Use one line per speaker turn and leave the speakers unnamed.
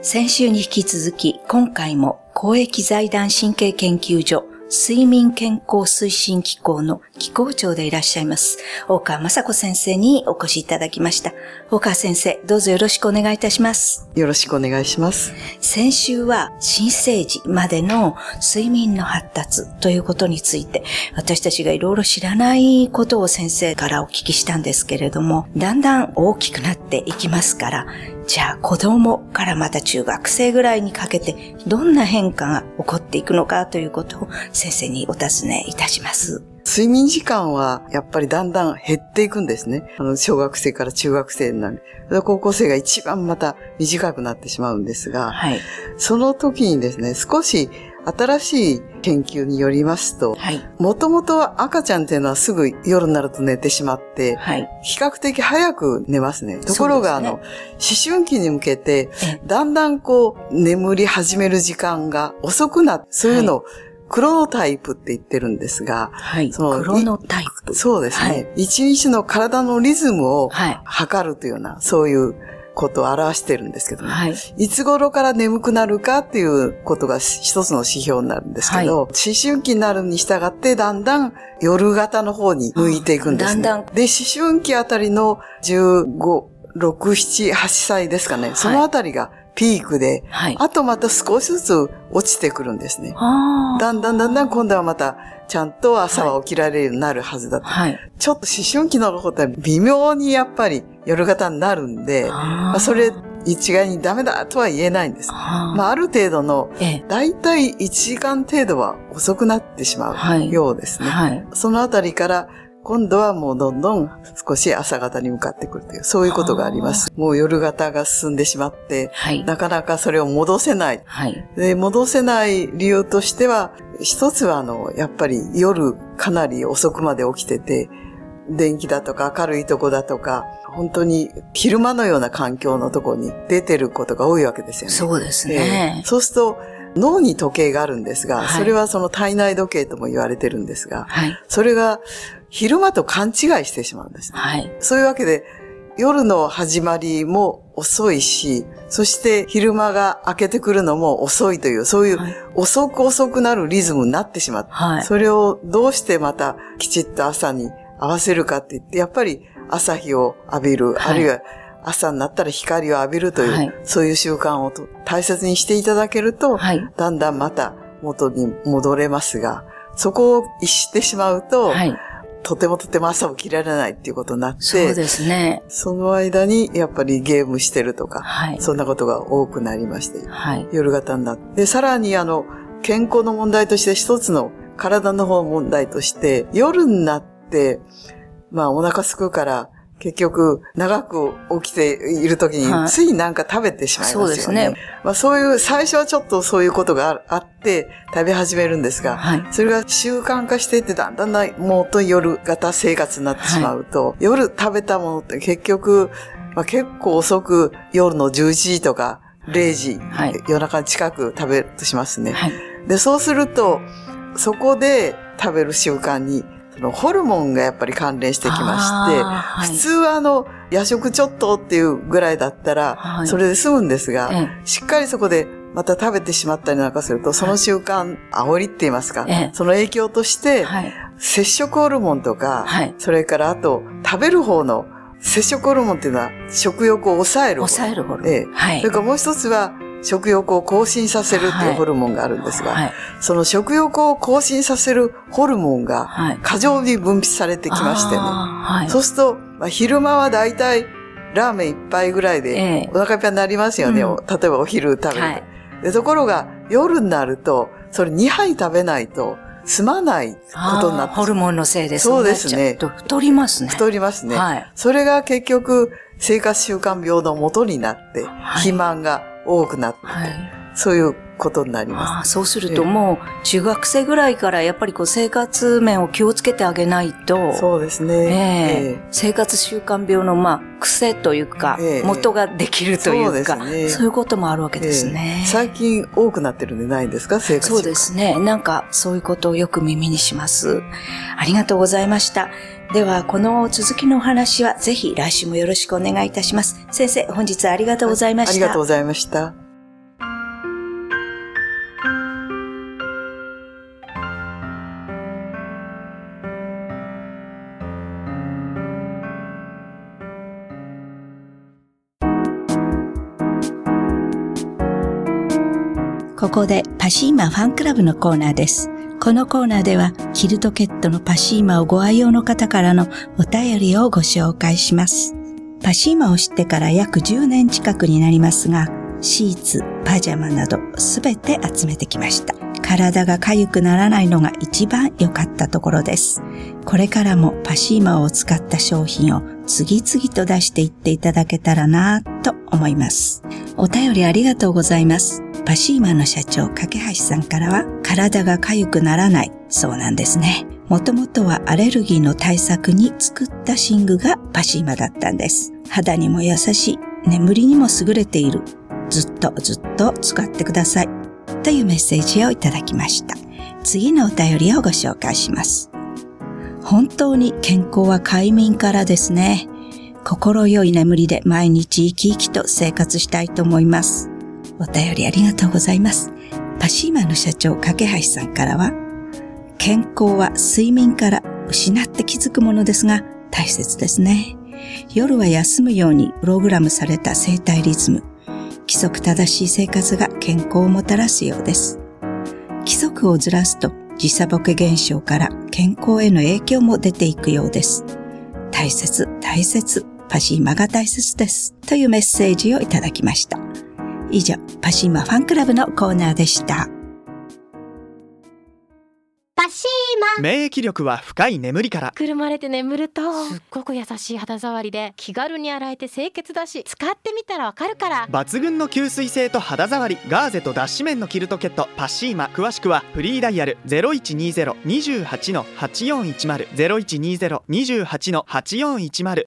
先週に引き続き、今回も公益財団神経研究所睡眠健康推進機構の機構長でいらっしゃいます、大川雅子先生にお越しいただきました。大川先生、どうぞよろしくお願いいたします。
よろしくお願いします。
先週は新生児までの睡眠の発達ということについて、私たちがいろいろ知らないことを先生からお聞きしたんですけれども、だんだん大きくなっていきますから、じゃあ子供からまた中学生ぐらいにかけてどんな変化が起こっていくのかということを先生にお尋ねいたします。
睡眠時間はやっぱりだんだん減っていくんですね。小学生から中学生になる。高校生が一番また短くなってしまうんですが、はい、その時にですね、少し新しい研究によりますと、もともと赤ちゃんっていうのはすぐ夜になると寝てしまって、はい、比較的早く寝ますね。ところが、思春期に向けて、だんだん眠り始める時間が遅くなって、そういうのを、クロノタイプって言ってるんですが、
はい、クロノタイプ。
そうですね。はい、一日の体のリズムを測るというような、そういうことを表してるんですけども、はい、いつ頃から眠くなるかっていうことが一つの指標になるんですけど、はい、思春期になるに従ってだんだん夜型の方に向いていくんですね。で、思春期あたりの15、6、7、8歳ですかね、はい、そのあたりがピークで、はい、あとまた少しずつ落ちてくるんですね。だんだん今度はまたちゃんと朝は起きられるようになるはずだと。はい、ちょっと思春期の方って微妙にやっぱり夜型になるんで、それ一概にダメだとは言えないんです。ある程度の、だいたい1時間程度は遅くなってしまうようですね。はいはい、そのあたりから今度はもうどんどん少し朝型に向かってくるという、そういうことがあります。もう夜型が進んでしまって、はい、なかなかそれを戻せない。はい、で、戻せない理由としては、一つはやっぱり夜かなり遅くまで起きてて、電気だとか明るいとこだとか、本当に昼間のような環境のとこに出てることが多いわけですよね。
そうですね。
そうすると、脳に時計があるんですが、はい、それはその体内時計とも言われてるんですが、はい、それが昼間と勘違いしてしまうんです、ね。はい、そういうわけで、夜の始まりも遅いし、そして昼間が明けてくるのも遅いという、そういう遅くなるリズムになってしまって、はい、それをどうしてまたきちっと朝に合わせるかって言って、やっぱり朝日を浴びる、はい、あるいは朝になったら光を浴びるという、はい、そういう習慣を大切にしていただけると、はい、だんだんまた元に戻れますが、そこを逸してしまうと、はい、とても朝起きられないっていうことになって、
そうですね。
その間にやっぱりゲームしてるとか、はい、そんなことが多くなりまして、はい、夜型になって、で、さらに健康の問題として一つの体の方問題として、夜になって、お腹すくから結局長く起きている時についなんか食べてしまいますよね。そうですね。そういう最初はちょっとそういうことがあって食べ始めるんですが、はい、それが習慣化していってだんだんもっと夜型生活になってしまうと、はい、夜食べたものって結局、結構遅く夜の11時とか0時、はい、夜中近く食べるとしますね。はい、で、そうするとそこで食べる習慣にホルモンがやっぱり関連してきまして、はい、普通は夜食ちょっとっていうぐらいだったら、それで済むんですが、はい、しっかりそこでまた食べてしまったりなんかすると、その習慣、煽りって言いますか、その影響として、摂食ホルモンとか、それからあと食べる方の摂食ホルモンっていうのは食欲を抑える。
抑えるホルモン。
それからもう一つは、食欲を更新させるっていうホルモンがあるんですが、その食欲を更新させるホルモンが過剰に分泌されてきましてね。そうすると、昼間はだいたいラーメン一杯ぐらいでお腹いっぱいになりますよね。例えばお昼食べると。ところが夜になると、それ2杯食べないと済まないことになって。
ホルモンのせいで
そうですね。
太りますね。
太りますね。それが結局生活習慣病の元になって、肥満が多くなって、そういうことになります。
そうするともう中学生ぐらいからやっぱり生活面を気をつけてあげないと、
そうですね。
生活習慣病の癖というか、元ができるというか、そういうこともあるわけですね。
最近多くなってるんでないんですか、生活習慣。
そうですね。なんかそういうことをよく耳にします。ありがとうございました。では、この続きのお話はぜひ来週もよろしくお願いいたします。先生、本日はありがとうございました。
ありがとうございました。
ここでパシーマファンクラブのコーナーです。このコーナーではキルトケットのパシーマをご愛用の方からのお便りをご紹介します。パシーマを知ってから約10年近くになりますが、シーツ、パジャマなどすべて集めてきました。体が痒くならないのが一番良かったところです。これからもパシーマを使った商品を次々と出していっていただけたらなと思います。お便りありがとうございます。パシーマの社長、架橋さんからは、体が痒くならない。そうなんですね。もともとはアレルギーの対策に作った寝具がパシーマだったんです。肌にも優しい、眠りにも優れている。ずっと使ってください。というメッセージをいただきました。次のお便りをご紹介します。本当に健康は快眠からですね。心よい眠りで毎日生き生きと生活したいと思います。お便りありがとうございます。パシーマの社長、架橋さんからは、健康は睡眠から失って気づくものですが大切ですね。夜は休むようにプログラムされた生体リズム、規則正しい生活が健康をもたらすようです。規則をずらすと時差ボケ現象から健康への影響も出ていくようです。大切、パシーマが大切です。というメッセージをいただきました。以上、パシーマファンクラブのコーナーでした。
パシーマ。
免疫力は深い眠りから。
くるまれて眠るとすっごく優しい肌触りで気軽に洗えて清潔だし、使ってみたらわかるから。
抜群の吸水性と肌触り、ガーゼと脱脂綿のキルトケットパシーマ。詳しくはフリーダイヤル 0120-28-8410 0120-28-8410